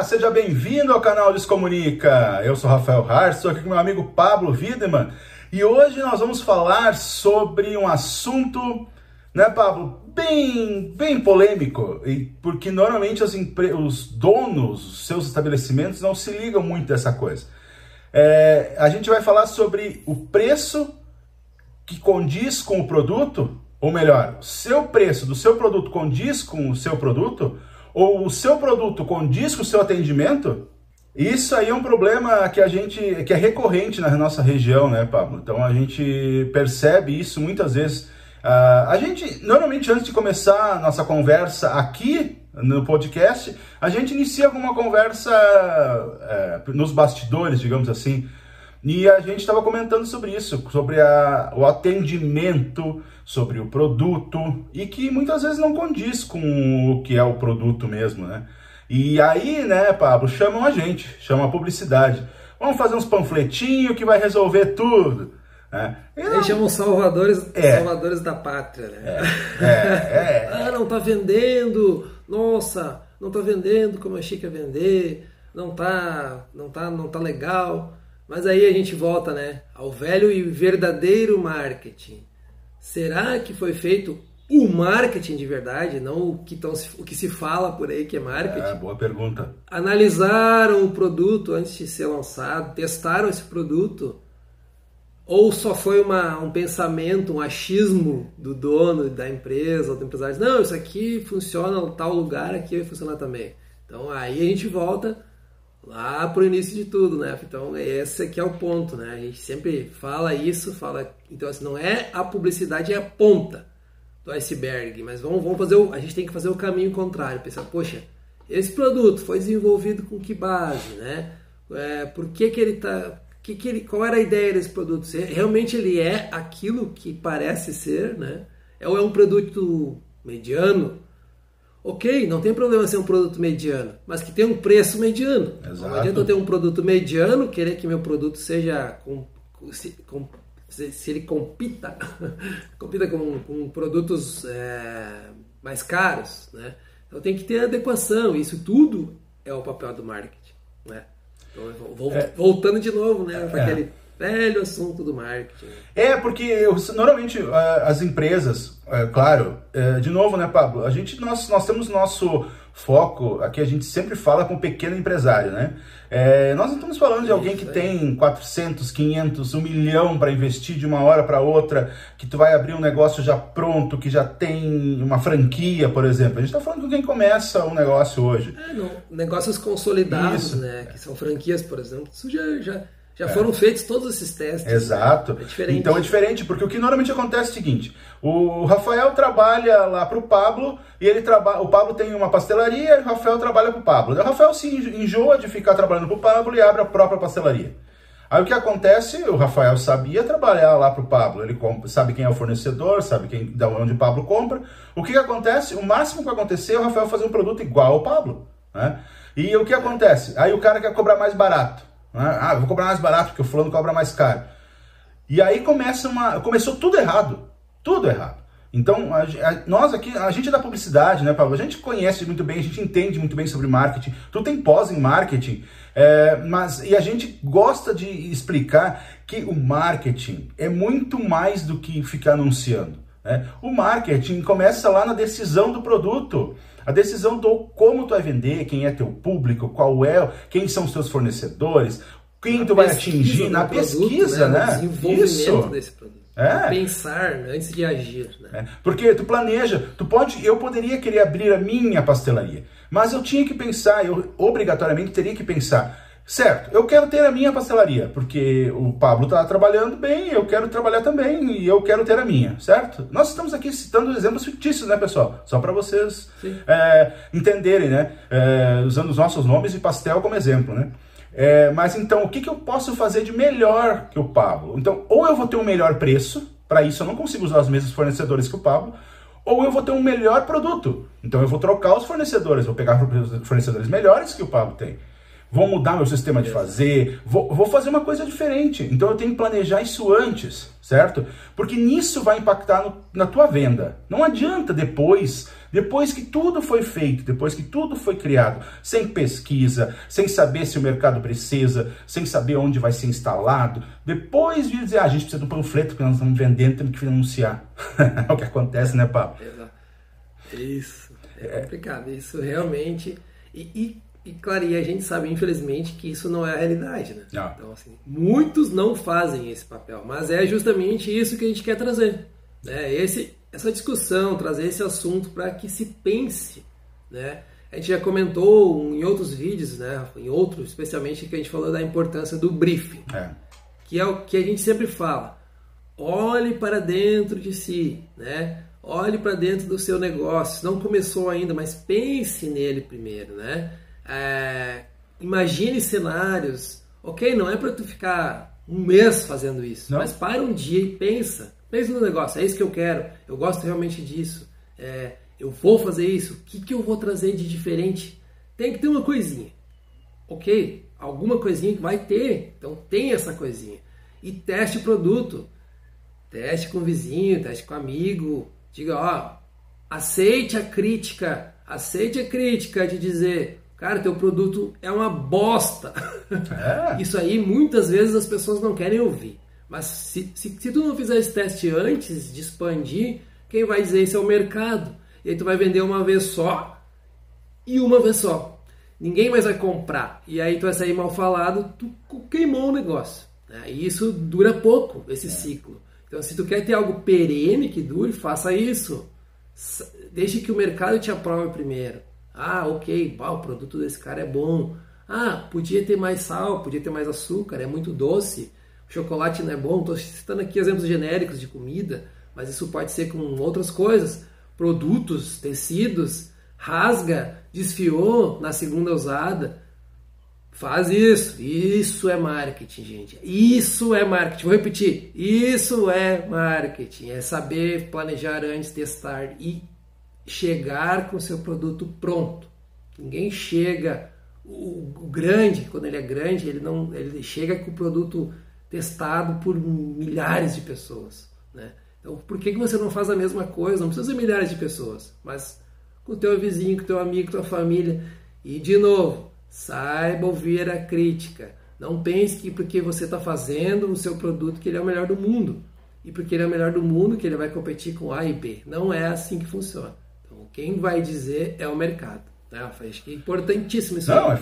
seja bem-vindo ao canal Descomunica. Eu sou Rafael Hart, estou aqui com meu amigo Pablo Wiedemann e hoje nós vamos falar sobre um assunto, né, Pablo, bem polêmico, porque normalmente os donos dos seus estabelecimentos não se ligam muito dessa coisa. A gente vai falar sobre o preço que condiz com o produto, ou melhor, o seu preço do seu produto condiz com o seu produto, ou o seu produto condiz com o seu atendimento. Isso aí é um problema que é recorrente na nossa região, né, Pablo? Então a gente percebe isso muitas vezes. A gente, normalmente, antes de começar a nossa conversa aqui no podcast, a gente inicia alguma conversa nos bastidores, digamos assim. E a gente estava comentando sobre isso, sobre o atendimento, sobre o produto, e que muitas vezes não condiz com o que é o produto mesmo, né? E aí, né, Pablo, chamam a gente, chamam a publicidade. Vamos fazer uns panfletinhos que vai resolver tudo. Eles chamam salvadores da pátria, né? Ah, não tá vendendo, nossa, não tá vendendo como eu achei que ia vender, não tá legal. Mas aí a gente volta, né, ao velho e verdadeiro marketing. Será que foi feito o marketing de verdade, não o que se fala por aí que é marketing? Boa pergunta. Analisaram o produto antes de ser lançado, testaram esse produto? Ou só foi um pensamento, um achismo do dono da empresa, ou do empresário? Não, isso aqui funciona em tal lugar, aqui vai funcionar também. Então aí a gente volta lá pro início de tudo, né? Então esse aqui é o ponto, né? A gente sempre fala isso, então assim, não é a publicidade, é a ponta do iceberg, mas a gente tem que fazer o caminho contrário, pensar, poxa, esse produto foi desenvolvido com que base, né? Qual era a ideia desse produto? Se realmente ele é aquilo que parece ser, né? Ou é um produto mediano? Ok, não tem problema ser um produto mediano, mas que tem um preço mediano. Exato. Não adianta eu ter um produto mediano, querer que meu produto seja, se ele compita com produtos mais caros, né? Então tem que ter adequação, isso tudo é o papel do marketing, né? Então, voltando de novo, né, para aquele velho assunto do marketing. Porque normalmente as empresas, claro, de novo, né, Pablo, nós temos nosso foco, aqui a gente sempre fala com o pequeno empresário, né? Nós não estamos falando de alguém que tem 400, 500, 1 milhão para investir de uma hora para outra, que tu vai abrir um negócio já pronto, que já tem uma franquia, por exemplo. A gente está falando com quem começa um negócio hoje. Negócios consolidados, isso, né? Que são franquias, por exemplo, isso já foram feitos todos esses testes. Exato. Né? É diferente. Então é diferente, porque o que normalmente acontece é o seguinte: o Rafael trabalha lá para o Pablo, e o Pablo tem uma pastelaria, e o Rafael trabalha para o Pablo. O Rafael se enjoa de ficar trabalhando para o Pablo e abre a própria pastelaria. Aí o que acontece? O Rafael sabia trabalhar lá para o Pablo, ele sabe quem é o fornecedor, sabe de onde o Pablo compra. O que acontece? O máximo que vai acontecer é o Rafael fazer um produto igual ao Pablo, né? E o que acontece? Aí o cara quer cobrar mais barato. Eu vou cobrar mais barato porque o fulano cobra mais caro. E aí começou tudo errado. Tudo errado. Então, nós aqui, a gente é da publicidade, né, Pablo? A gente conhece muito bem, a gente entende muito bem sobre marketing. Tu tem pós em marketing, e a gente gosta de explicar que o marketing é muito mais do que ficar anunciando, né? O marketing começa lá na decisão do produto. A decisão do como tu vai vender, quem é teu público, quem são os teus fornecedores, quem tu vai atingir na pesquisa, né? No desenvolvimento desse produto. Pensar, né, antes de agir, né? Porque tu planeja, eu poderia querer abrir a minha pastelaria, mas eu tinha que pensar, eu obrigatoriamente teria que pensar, certo, eu quero ter a minha pastelaria, porque o Pablo está trabalhando bem, eu quero trabalhar também e eu quero ter a minha, certo? Nós estamos aqui citando exemplos fictícios, né, pessoal? Só para vocês entenderem, né? Usando os nossos nomes e pastel como exemplo, né? Mas então, o que eu posso fazer de melhor que o Pablo? Então, ou eu vou ter um melhor preço, para isso eu não consigo usar os mesmos fornecedores que o Pablo, ou eu vou ter um melhor produto. Então eu vou trocar os fornecedores, vou pegar fornecedores melhores que o Pablo tem. vou mudar meu sistema de fazer, vou fazer uma coisa diferente. Então eu tenho que planejar isso antes, certo? Porque nisso vai impactar na tua venda. Não adianta depois que tudo foi feito, depois que tudo foi criado, sem pesquisa, sem saber se o mercado precisa, sem saber onde vai ser instalado, depois de dizer, a gente precisa de um panfleto que nós estamos vendendo, temos que anunciar. É o que acontece, né, Pablo? Isso, é complicado, isso realmente... E claro, e a gente sabe, infelizmente, que isso não é a realidade, né? Não. Então, assim, muitos não fazem esse papel, mas é justamente isso que a gente quer trazer, né? Essa discussão, trazer esse assunto para que se pense, né? A gente já comentou em outros vídeos, né? Em outros, especialmente, que a gente falou da importância do briefing, que é o que a gente sempre fala. Olhe para dentro de si, né? Olhe para dentro do seu negócio. Não começou ainda, mas pense nele primeiro, né? Imagine cenários. Ok, não é para tu ficar um mês fazendo isso, mas para um dia e pensa no negócio. É isso que eu quero, eu gosto realmente disso, eu vou fazer isso, o que eu vou trazer de diferente? Tem que ter uma coisinha, ok? Alguma coisinha que vai ter, então tem essa coisinha. E teste o produto, teste com o vizinho, teste com o amigo, diga, aceite a crítica de dizer, cara, teu produto é uma bosta. Isso aí muitas vezes as pessoas não querem ouvir. Mas se tu não fizer esse teste antes de expandir, quem vai dizer isso é o mercado. E aí tu vai vender uma vez só e uma vez só. Ninguém mais vai comprar. E aí tu vai sair mal falado, tu queimou o negócio, né? E isso dura pouco, esse ciclo. Então se tu quer ter algo perene que dure, faça isso. Deixe que o mercado te aprove primeiro. Ok, o produto desse cara é bom. Podia ter mais sal, podia ter mais açúcar, é muito doce. O chocolate não é bom. Estou citando aqui exemplos genéricos de comida, mas isso pode ser com outras coisas. Produtos, tecidos, rasga, desfiou na segunda usada. Faz isso. Isso é marketing, gente. Isso é marketing. Vou repetir. Isso é marketing. É saber planejar antes, testar e chegar com o seu produto pronto. Ninguém chega, o grande, quando ele é grande, ele chega com o produto testado por milhares de pessoas, né? Então, por que você não faz a mesma coisa? Não precisa ser milhares de pessoas, mas com o teu vizinho, com o teu amigo, com a tua família. E, de novo, saiba ouvir a crítica. Não pense que porque você está fazendo o seu produto que ele é o melhor do mundo. E porque ele é o melhor do mundo que ele vai competir com A e B. Não é assim que funciona. Quem vai dizer é o mercado. Acho que é importantíssimo isso. Não,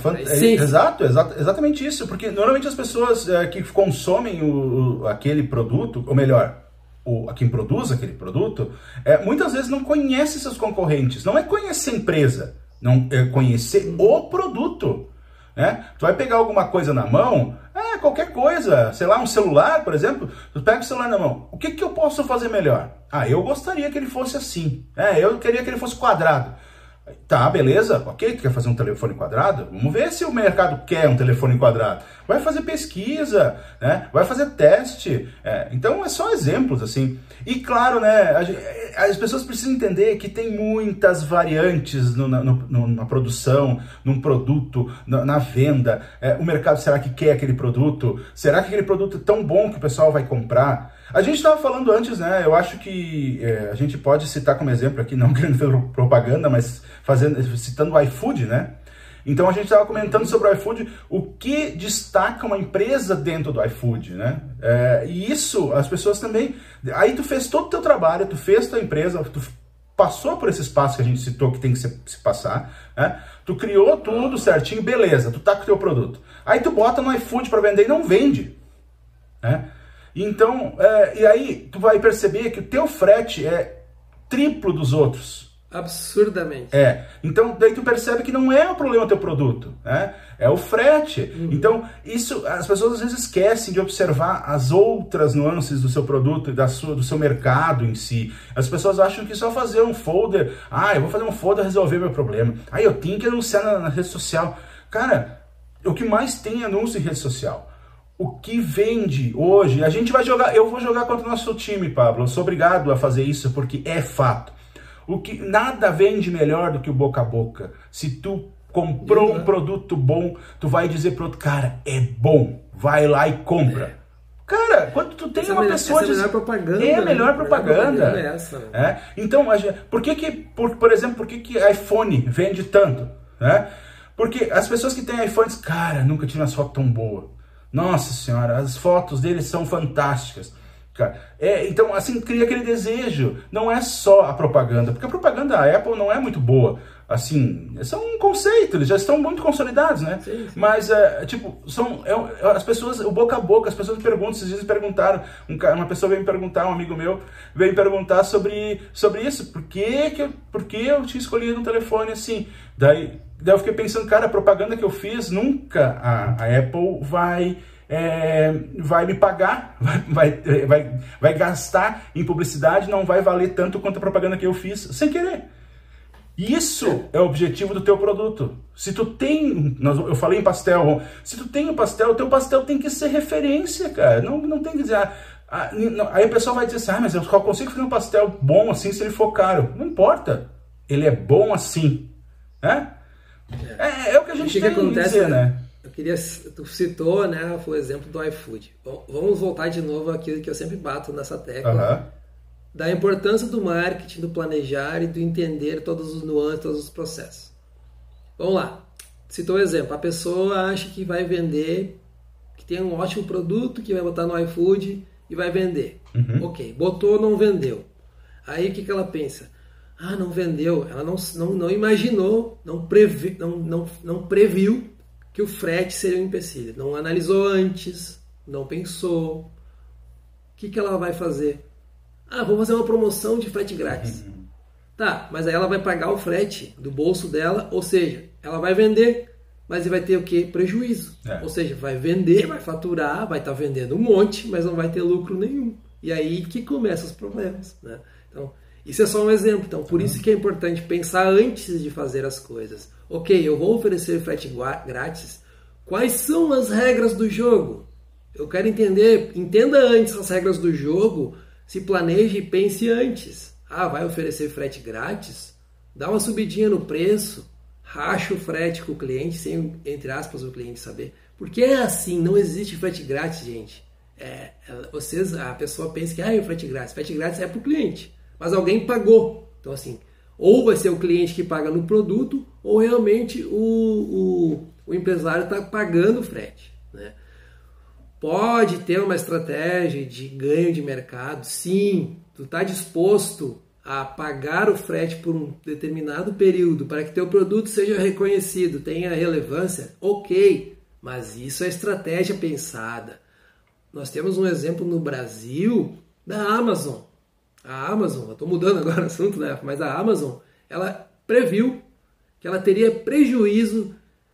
exatamente isso. Porque normalmente as pessoas que consomem aquele produto, ou melhor, quem produz aquele produto, muitas vezes não conhece seus concorrentes. Não é conhecer a empresa, não é conhecer o produto. Né? Tu vai pegar alguma coisa na mão, qualquer coisa, sei lá, um celular, por exemplo, tu pega o celular na mão, o que eu posso fazer melhor? Eu gostaria que ele fosse assim, eu queria que ele fosse quadrado. Tá, beleza, ok, tu quer fazer um telefone quadrado? Vamos ver se o mercado quer um telefone quadrado. Vai fazer pesquisa, né? Vai fazer teste. Então, é só exemplos, assim. E claro, né, as pessoas precisam entender que tem muitas variantes na produção, num produto, na venda. O mercado, será que quer aquele produto? Será que aquele produto é tão bom que o pessoal vai comprar? A gente estava falando antes, né? Eu acho que a gente pode citar como exemplo aqui, não querendo fazer propaganda, mas citando o iFood, né? Então a gente estava comentando sobre o iFood, o que destaca uma empresa dentro do iFood, né? E isso, as pessoas também... Aí tu fez todo o teu trabalho, tu fez tua empresa, tu passou por esse passo que a gente citou que tem que se passar, né? Tu criou tudo certinho, beleza, tu tá com o teu produto. Aí tu bota no iFood para vender e não vende, né? Então, e aí tu vai perceber que o teu frete é triplo dos outros. Absurdamente. Então daí tu percebe que não é o problema do teu produto, né? É o frete. Então, isso, as pessoas às vezes esquecem de observar as outras nuances do seu produto e do seu mercado em si. As pessoas acham que só fazer um folder, eu vou fazer um folder e resolver meu problema. Eu tenho que anunciar na rede social. Cara, o que mais tem é anúncio em rede social. O que vende hoje, eu vou jogar contra o nosso time, Pablo. Eu sou obrigado a fazer isso porque é fato. Nada vende melhor do que o boca a boca. Se tu comprou um produto bom, tu vai dizer pro outro, cara, é bom, vai lá e compra. Cara, quando tu tem uma pessoa... Essa é a melhor propaganda. É a melhor propaganda. É essa, né? Então, por exemplo, por que iPhone vende tanto? Né? Porque as pessoas que têm iPhones, cara, nunca tive uma foto tão boa. Nossa senhora, as fotos deles são fantásticas. Cara, então, assim, cria aquele desejo. Não é só a propaganda, porque a propaganda da Apple não é muito boa. Assim, são um conceito, eles já estão muito consolidados, né? Sim. Mas, as pessoas, o boca a boca, as pessoas me perguntam, esses dias me perguntaram, uma pessoa veio me perguntar, um amigo meu, veio me perguntar sobre isso, por que eu tinha escolhido um telefone assim? Daí eu fiquei pensando, cara, a propaganda que eu fiz, nunca a Apple vai me pagar, vai gastar em publicidade, não vai valer tanto quanto a propaganda que eu fiz, sem querer. Isso é o objetivo do teu produto. Se tu tem, eu falei em pastel, se tu tem um pastel, o teu pastel tem que ser referência, cara. Não tem que dizer, aí o pessoal vai dizer assim, mas eu só consigo fazer um pastel bom assim se ele for caro. Não importa, ele é bom assim, né? É o que a gente tem que dizer, né? Tu citou, né, foi o exemplo do iFood. Bom, vamos voltar de novo àquilo que eu sempre bato nessa tecla. Da importância do marketing, do planejar e do entender todos os nuances, todos os processos. Vamos lá. Citou o exemplo. A pessoa acha que vai vender, que tem um ótimo produto, que vai botar no iFood e vai vender. Ok, botou, não vendeu. Aí o que ela pensa? Não vendeu. Ela não imaginou, não previu que o frete seria um empecilho. Não analisou antes, não pensou. O que ela vai fazer? Vou fazer uma promoção de frete grátis. Tá, mas aí ela vai pagar o frete do bolso dela, ou seja, ela vai vender, mas vai ter o quê? Prejuízo. Ou seja, vai vender, vai faturar, vai estar vendendo um monte, mas não vai ter lucro nenhum. E aí que começam os problemas, né? Então, isso é só um exemplo. Então, por isso que é importante pensar antes de fazer as coisas. Ok, eu vou oferecer frete grátis. Quais são as regras do jogo? Eu quero entenda antes as regras do jogo. Se planeje e pense antes. Vai oferecer frete grátis? Dá uma subidinha no preço, racha o frete com o cliente, sem, entre aspas, o cliente saber. Porque é assim, não existe frete grátis, gente. A pessoa pensa que o frete grátis é para o cliente, mas alguém pagou. Então assim, ou vai ser o cliente que paga no produto, ou realmente o empresário está pagando o frete, né? Pode ter uma estratégia de ganho de mercado, sim. Tu está disposto a pagar o frete por um determinado período para que teu produto seja reconhecido, tenha relevância? Ok, mas isso é estratégia pensada. Nós temos um exemplo no Brasil da Amazon. A Amazon, eu estou mudando agora o assunto, né? Mas a Amazon, ela previu que ela teria prejuízo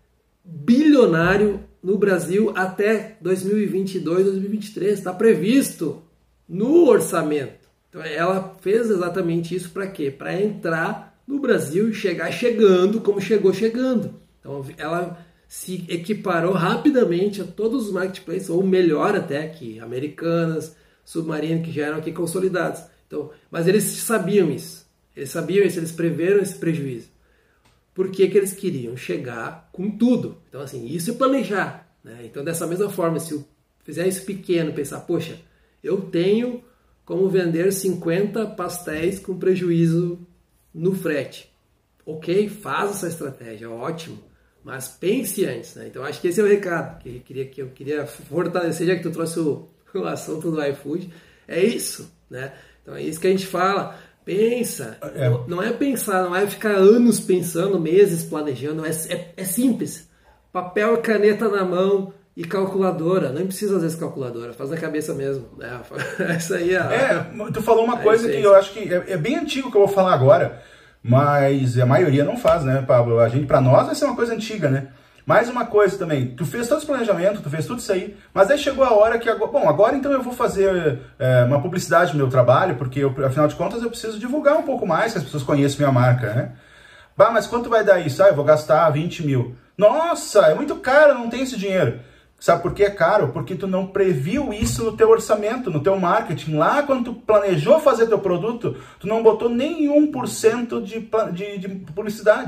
bilionário no Brasil até 2022, 2023. Está previsto no orçamento. Então ela fez exatamente isso para quê? Para entrar no Brasil e chegar chegando como chegou chegando. Então ela se equiparou rapidamente a todos os marketplaces, ou melhor até que Americanas, Submarino, que já eram aqui consolidados. Então, mas eles sabiam isso. Eles preveram esse prejuízo. Por que eles queriam chegar com tudo? Então, assim, isso é planejar, né? Então, dessa mesma forma, se eu fizer isso pequeno, pensar, poxa, eu tenho como vender 50 pastéis com prejuízo no frete. Ok, faz essa estratégia, ótimo, mas pense antes, né? Então, acho que esse é o recado que eu queria fortalecer, já que tu trouxe o assunto do iFood. É isso, né? Então, é isso que a gente fala. Pensa, não é pensar, não é ficar anos pensando, meses planejando, é simples. Papel e caneta na mão e calculadora. Nem precisa às vezes calculadora, faz na cabeça mesmo. Isso aí tu falou uma coisa que eu acho que é bem antigo que eu vou falar agora, mas a maioria não faz, né, Pablo? Pra nós vai ser uma coisa antiga, né? Mais uma coisa também, tu fez todo esse planejamento, tu fez tudo isso aí, mas aí chegou a hora que, agora então eu vou fazer uma publicidade no meu trabalho, porque afinal de contas eu preciso divulgar um pouco mais, que as pessoas conheçam minha marca, né? Mas quanto vai dar isso? Eu vou gastar 20 mil. Nossa, é muito caro, não tem esse dinheiro. Sabe por que é caro? Porque tu não previu isso no teu orçamento, no teu marketing. Lá quando tu planejou fazer teu produto, tu não botou nem 1% de publicidade.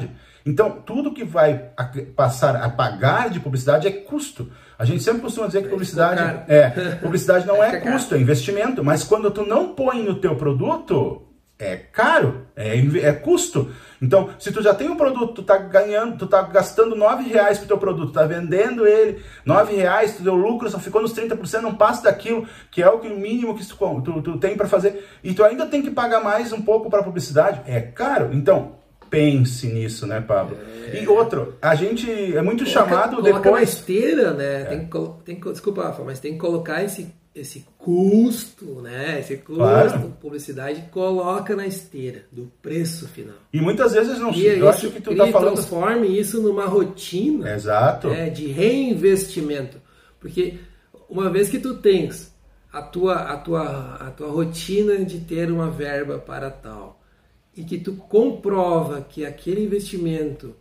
Então, tudo que vai passar a pagar de publicidade é custo. A gente sempre costuma dizer que publicidade não é custo, é investimento. Mas quando tu não põe no teu produto, é caro, é custo. Então, se tu já tem um produto, tu tá gastando R$9 pro teu produto, tá vendendo ele, R$9, tu deu lucro, só ficou nos 30%, não passa daquilo, que é o mínimo que tu tem para fazer, e tu ainda tem que pagar mais um pouco para publicidade, é caro. Então, pense nisso, né, Pablo? E outro, a gente é muito chamado coloca depois... na esteira, né? Desculpa, Rafa, mas tem que colocar esse custo, né? Esse custo, claro. Publicidade, coloca na esteira do preço final. E muitas vezes não sei. Eu acho que tu tá falando. Transforme isso numa rotina. Exato. De reinvestimento. Porque uma vez que tu tens a tua rotina de ter uma verba para tal, e que tu comprova que aquele investimento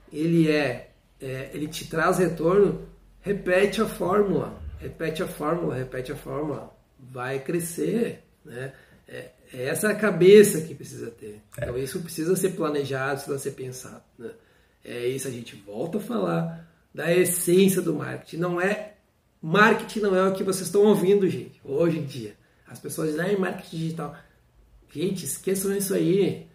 ele te traz retorno, repete a fórmula. Repete a fórmula, vai crescer, né? Essa é a cabeça que precisa ter. Então isso precisa ser planejado, precisa ser pensado, né? É isso, a gente volta a falar da essência do marketing. Marketing não é o que vocês estão ouvindo, gente, hoje em dia. As pessoas dizem, marketing digital. Gente, esqueçam isso aí.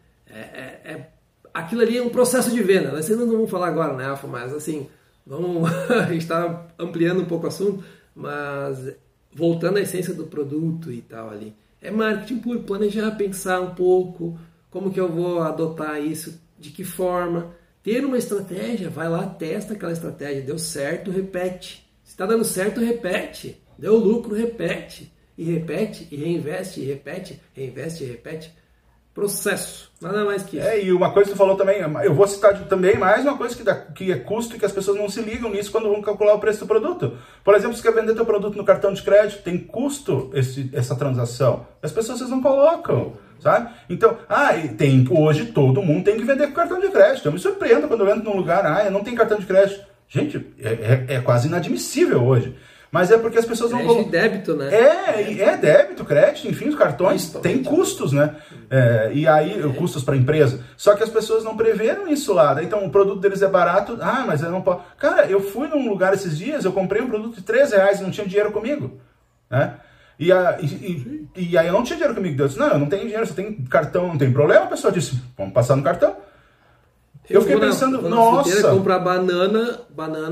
Aquilo ali é um processo de venda. Nós ainda não vamos falar agora, né, Alfa? Mas assim, a gente está ampliando um pouco o assunto. Mas voltando à essência do produto e tal ali, é marketing puro, planejar, pensar um pouco, como que eu vou adotar isso, de que forma, ter uma estratégia, vai lá, testa aquela estratégia, deu certo, repete, se está dando certo, repete, deu lucro, repete, e reinveste, e repete, reinveste e repete. Processo, nada mais que isso. E uma coisa que tu falou também, eu vou citar também mais uma coisa que é custo e que as pessoas não se ligam nisso quando vão calcular o preço do produto. Por exemplo, se quer vender teu produto no cartão de crédito, tem custo essa transação. As pessoas não colocam, sabe? Então, hoje todo mundo tem que vender com cartão de crédito. Eu me surpreendo quando eu entro num lugar, eu não tenho cartão de crédito. Gente, é quase inadmissível hoje. Mas é porque as pessoas não colocam. Débito, né? Débito, crédito, enfim, os cartões têm custos, né? E aí, custos para a empresa. Só que as pessoas não preveram isso lá. Então, o produto deles é barato. Mas eu não posso. Cara, eu fui num lugar esses dias, eu comprei um produto de R$3 e não tinha dinheiro comigo. Né? E aí eu não tinha dinheiro comigo. Eu disse, não, eu não tenho dinheiro, você tem cartão, não tem problema. A pessoa disse, vamos passar no cartão. Eu fiquei pensando, nossa... comprar banana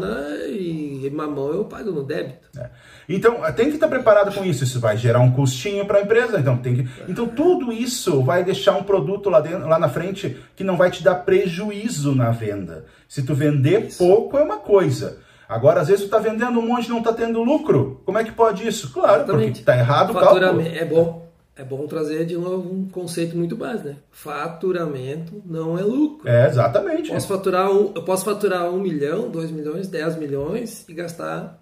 e mamão eu pago no débito. Então, tem que estar preparado com isso. Isso vai gerar um custinho para a empresa. Então, tudo isso vai deixar um produto lá na frente que não vai te dar prejuízo na venda. Se tu vender pouco, é uma coisa. Agora, às vezes, tu está vendendo um monte e não está tendo lucro. Como é que pode isso? Claro, porque está errado o cálculo. É bom trazer de novo um conceito muito básico, né? Faturamento não é lucro. Exatamente. Eu posso faturar 1 milhão, 2 milhões, 10 milhões e gastar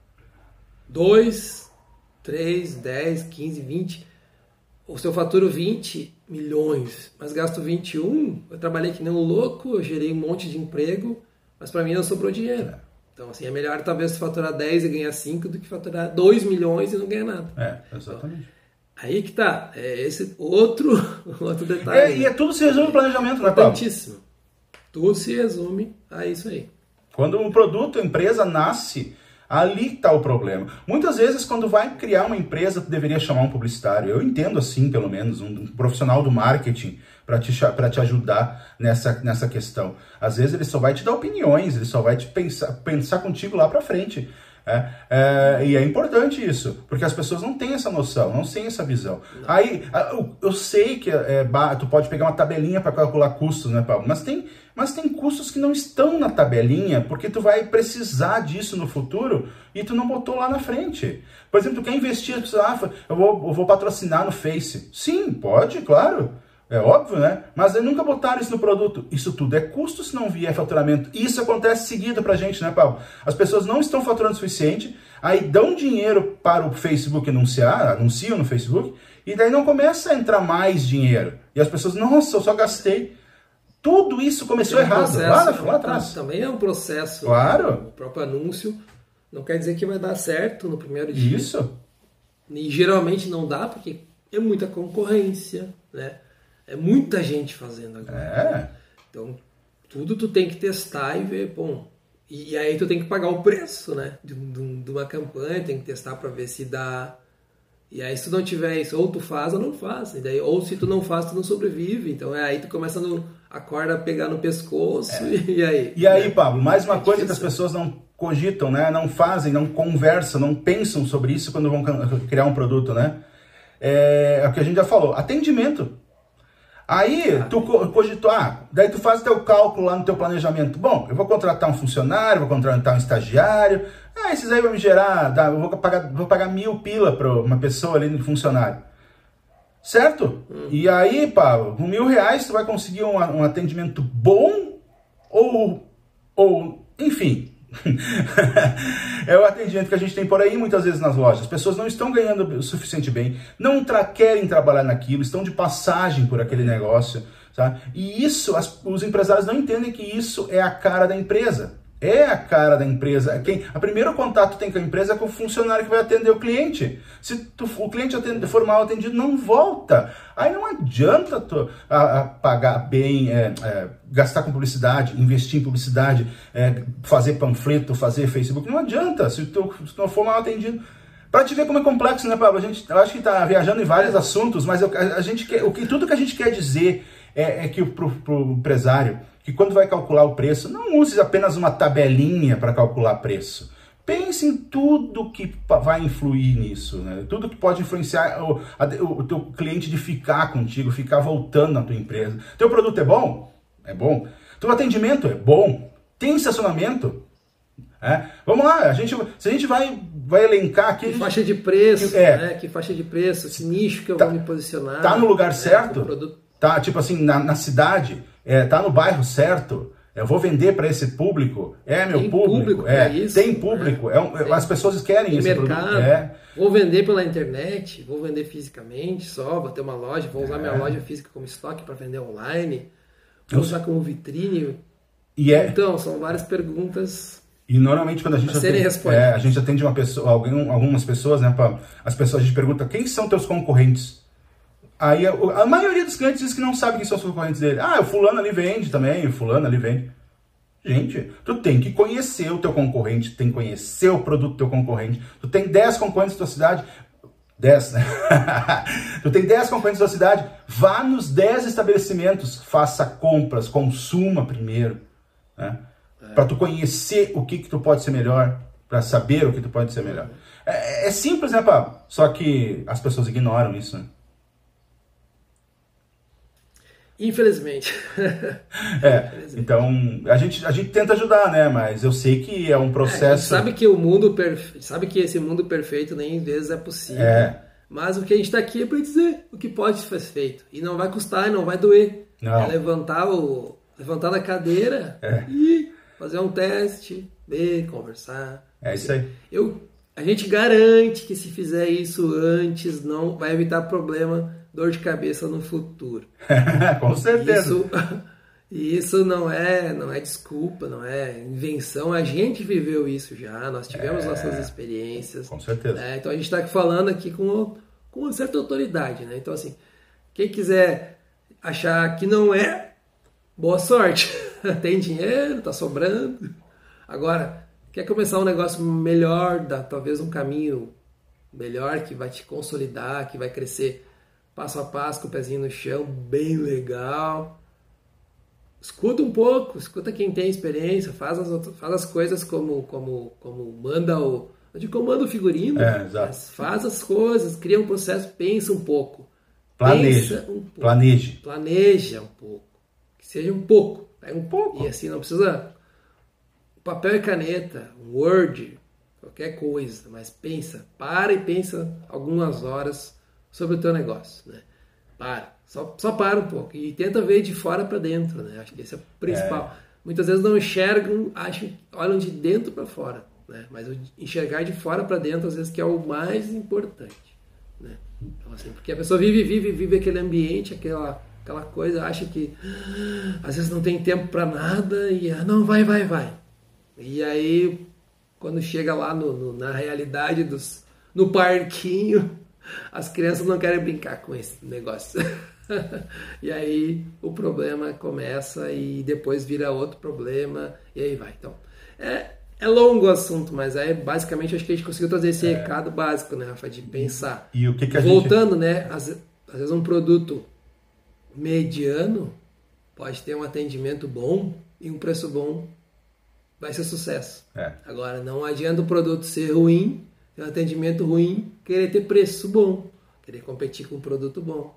2, 3, 10, 15, 20. Ou se eu faturo 20 milhões, mas gasto 21, eu trabalhei que nem um louco, eu gerei um monte de emprego, mas para mim não sobrou dinheiro. Então, assim, é melhor talvez faturar 10 e ganhar 5 do que faturar 2 milhões e não ganhar nada. Exatamente. Então, aí que tá, esse outro detalhe. E tudo se resume ao planejamento, né, Pablo? Importantíssimo. Tudo se resume a isso aí. Quando um produto, a empresa nasce, ali está o problema. Muitas vezes, quando vai criar uma empresa, tu deveria chamar um publicitário. Eu entendo assim, pelo menos, um profissional do marketing para te ajudar nessa questão. Às vezes ele só vai te dar opiniões, ele só vai te pensar contigo lá para frente. E é importante isso, porque as pessoas não têm essa noção, não têm essa visão. Não. Aí, eu sei que tu pode pegar uma tabelinha para calcular custos, né, Pablo? Mas tem custos que não estão na tabelinha, porque tu vai precisar disso no futuro e tu não botou lá na frente. Por exemplo, tu quer investir, eu vou patrocinar no Face. Sim, pode, claro. É óbvio, né? Mas eles nunca botaram isso no produto. Isso tudo é custo se não vier faturamento. Isso acontece seguido pra gente, né, Paulo? As pessoas não estão faturando o suficiente, aí dão dinheiro para o Facebook anunciam no Facebook, e daí não começa a entrar mais dinheiro. E as pessoas, nossa, eu só gastei. Tudo isso começou errado, lá atrás. Também é um processo. Claro. O próprio anúncio não quer dizer que vai dar certo no primeiro dia. Isso. E geralmente não dá, porque é muita concorrência, né? É muita gente fazendo agora. Então, tudo tu tem que testar e ver, bom, e aí tu tem que pagar o preço, né, de uma campanha, tem que testar para ver se dá. E aí se tu não tiver isso, ou tu faz ou não faz, e daí, ou se tu não faz, tu não sobrevive. Então aí tu começa a corda a pegar no pescoço, e aí? E aí, Pablo, mais uma coisa que as pessoas não cogitam, né, não fazem, não conversam, não pensam sobre isso quando vão criar um produto, né? É o que a gente já falou, atendimento. Aí, tu cogitou, daí tu faz teu cálculo lá no teu planejamento. Bom, eu vou contratar um funcionário, vou contratar um estagiário. Esses aí vão me gerar, eu vou pagar 1.000 pila para uma pessoa ali no funcionário. Certo? E aí, Paulo, com R$1.000 tu vai conseguir um atendimento bom ou enfim... É o atendimento que a gente tem por aí muitas vezes nas lojas. As pessoas não estão ganhando o suficiente bem, não querem trabalhar naquilo, estão de passagem por aquele negócio, sabe? E isso, os empresários não entendem que isso é a cara da empresa. É a cara da empresa. O primeiro contato tem com a empresa é com o funcionário que vai atender o cliente. Se o cliente for mal atendido, não volta. Aí não adianta tu pagar bem, gastar com publicidade, investir em publicidade, fazer panfleto, fazer Facebook. Não adianta se tu não for mal atendido. Para te ver como é complexo, né, Pablo? Eu acho que está viajando em vários assuntos, mas tudo que a gente quer dizer é que pro empresário, que quando vai calcular o preço, não use apenas uma tabelinha para calcular preço. Pense em tudo que vai influir nisso, né? Tudo que pode influenciar o teu cliente de ficar contigo, ficar voltando na tua empresa. Teu produto é bom? É bom. Teu atendimento é bom? Tem estacionamento? Vamos lá, se a gente vai elencar aqui... Que faixa de preço, né? Que faixa de preço, que nicho que eu vou me posicionar. Tá no lugar certo? Tá, tipo assim, na cidade... tá no bairro certo, eu vou vender para esse público, meu tem público, isso, tem público, as pessoas querem esse mercado, produto. Vou vender pela internet, vou vender fisicamente só, vou ter uma loja, vou usar minha loja física como estoque para vender online, vou usar como vitrine. Então, são várias perguntas. E normalmente quando a gente atende uma pessoa, algumas pessoas, né, as pessoas, a gente pergunta, quem são teus concorrentes? Aí a maioria dos clientes diz que não sabe quem são os concorrentes dele. O fulano ali vende também, o fulano ali vende. Gente, tu tem que conhecer o teu concorrente, tem que conhecer o produto do teu concorrente. Tu tem 10 concorrentes da tua cidade, 10, né? Tu tem 10 concorrentes da tua cidade, vá nos 10 estabelecimentos, faça compras, consuma primeiro, né? Para tu conhecer o que tu pode ser melhor, para saber o que tu pode ser melhor. É simples, né, Pablo? Só que as pessoas ignoram isso, né? Infelizmente. Então a gente tenta ajudar, né? Mas eu sei que é um processo. Sabe que esse mundo perfeito nem às vezes é possível. Mas o que a gente está aqui é para dizer o que pode ser feito. E não vai custar, não vai doer. Não. É levantar da cadeira e fazer um teste, ver, conversar. É isso aí. A gente garante que se fizer isso antes, não vai evitar problema, dor de cabeça no futuro. Com certeza. Isso não é desculpa, não é invenção. A gente viveu isso já, nós tivemos nossas experiências. Com certeza. Então a gente está falando aqui com uma certa autoridade, né? Então assim, quem quiser achar que não é, boa sorte. Tem dinheiro, tá sobrando. Agora, quer começar um negócio melhor, talvez um caminho melhor que vai te consolidar, que vai crescer passo a passo, com o pezinho no chão, bem legal. Escuta um pouco, escuta quem tem experiência, faz as coisas como manda o figurino, mas faz as coisas, cria um processo, pensa um pouco. Planeja um pouco. Que seja um pouco. Pega um pouco. E assim, não precisa papel e caneta, um Word, qualquer coisa, mas para e pensa algumas horas sobre o teu negócio, né? Só para um pouco e tenta ver de fora para dentro, né? Acho que esse é o principal. Muitas vezes não enxergam, olham de dentro para fora, né? Mas enxergar de fora para dentro às vezes que é o mais importante, né? Então, assim, porque a pessoa vive aquele ambiente, aquela coisa, acha que às vezes não tem tempo para nada e não vai. E aí quando chega lá na realidade no parquinho, As crianças não querem brincar com esse negócio. E aí o problema começa e depois vira outro problema e aí vai. Então, é longo o assunto, mas aí basicamente acho que a gente conseguiu trazer esse recado básico, né, Rafa, de pensar. E o que a Voltando, né, às vezes um produto mediano pode ter um atendimento bom e um preço bom, vai ser sucesso. Agora, não adianta o produto ser ruim, ter um atendimento ruim, querer ter preço bom, querer competir com um produto bom.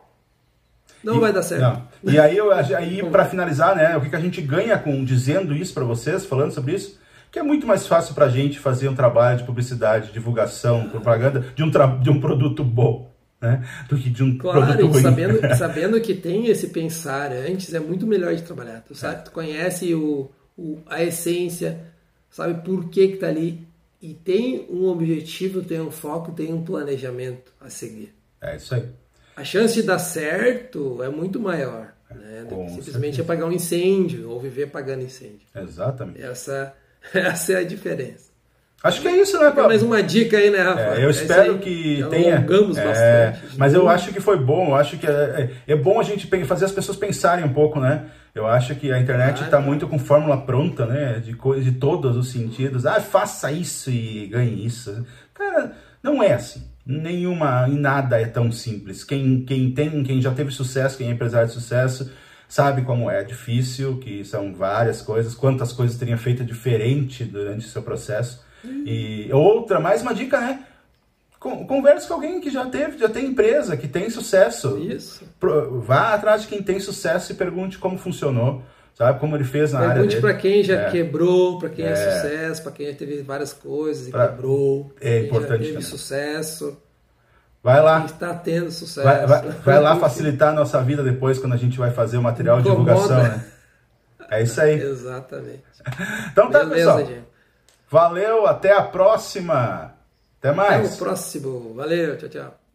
Não vai dar certo. Não. E aí para finalizar, né, o que a gente ganha com dizendo isso para vocês, falando sobre isso, que é muito mais fácil para a gente fazer um trabalho de publicidade, divulgação, propaganda de um produto bom, né, do que de um produto ruim. Sabendo que tem esse pensar antes, é muito melhor de trabalhar. Tu sabe, tu conhece a essência, sabe por que tá ali e tem um objetivo, tem um foco, tem um planejamento a seguir. É isso aí. A chance de dar certo é muito maior, né, do que simplesmente apagar um incêndio ou viver apagando incêndio. Exatamente. Essa é a diferença. Acho que é isso, né, Pablo? Mais uma dica aí, né, Rafa? Eu espero que tenha. Bastante. Mas eu acho que foi bom, eu acho que é bom a gente fazer as pessoas pensarem um pouco, né? Eu acho que a internet está muito com fórmula pronta, né? De todos os sentidos. Faça isso e ganhe isso. Cara, não é assim. Em nada é tão simples. Quem já teve sucesso, quem é empresário de sucesso, sabe como é difícil, que são várias coisas, quantas coisas teriam feito diferente durante o seu processo. E mais uma dica, né? Converse com alguém que já tem empresa, que tem sucesso. Isso. Vá atrás de quem tem sucesso e pergunte como funcionou, sabe? Como ele fez na área dele. Pergunte para quem já quebrou, para quem é sucesso, para quem já teve várias coisas e quebrou. É importante. Quem já teve sucesso. Vai lá. Quem está tendo sucesso. Vai lá facilitar a nossa vida depois, quando a gente vai fazer o material de divulgação, né? É isso aí. Exatamente. Então tá, beleza, pessoal. Gente. Valeu, até a próxima. Até mais. Até o próximo. Valeu, tchau, tchau.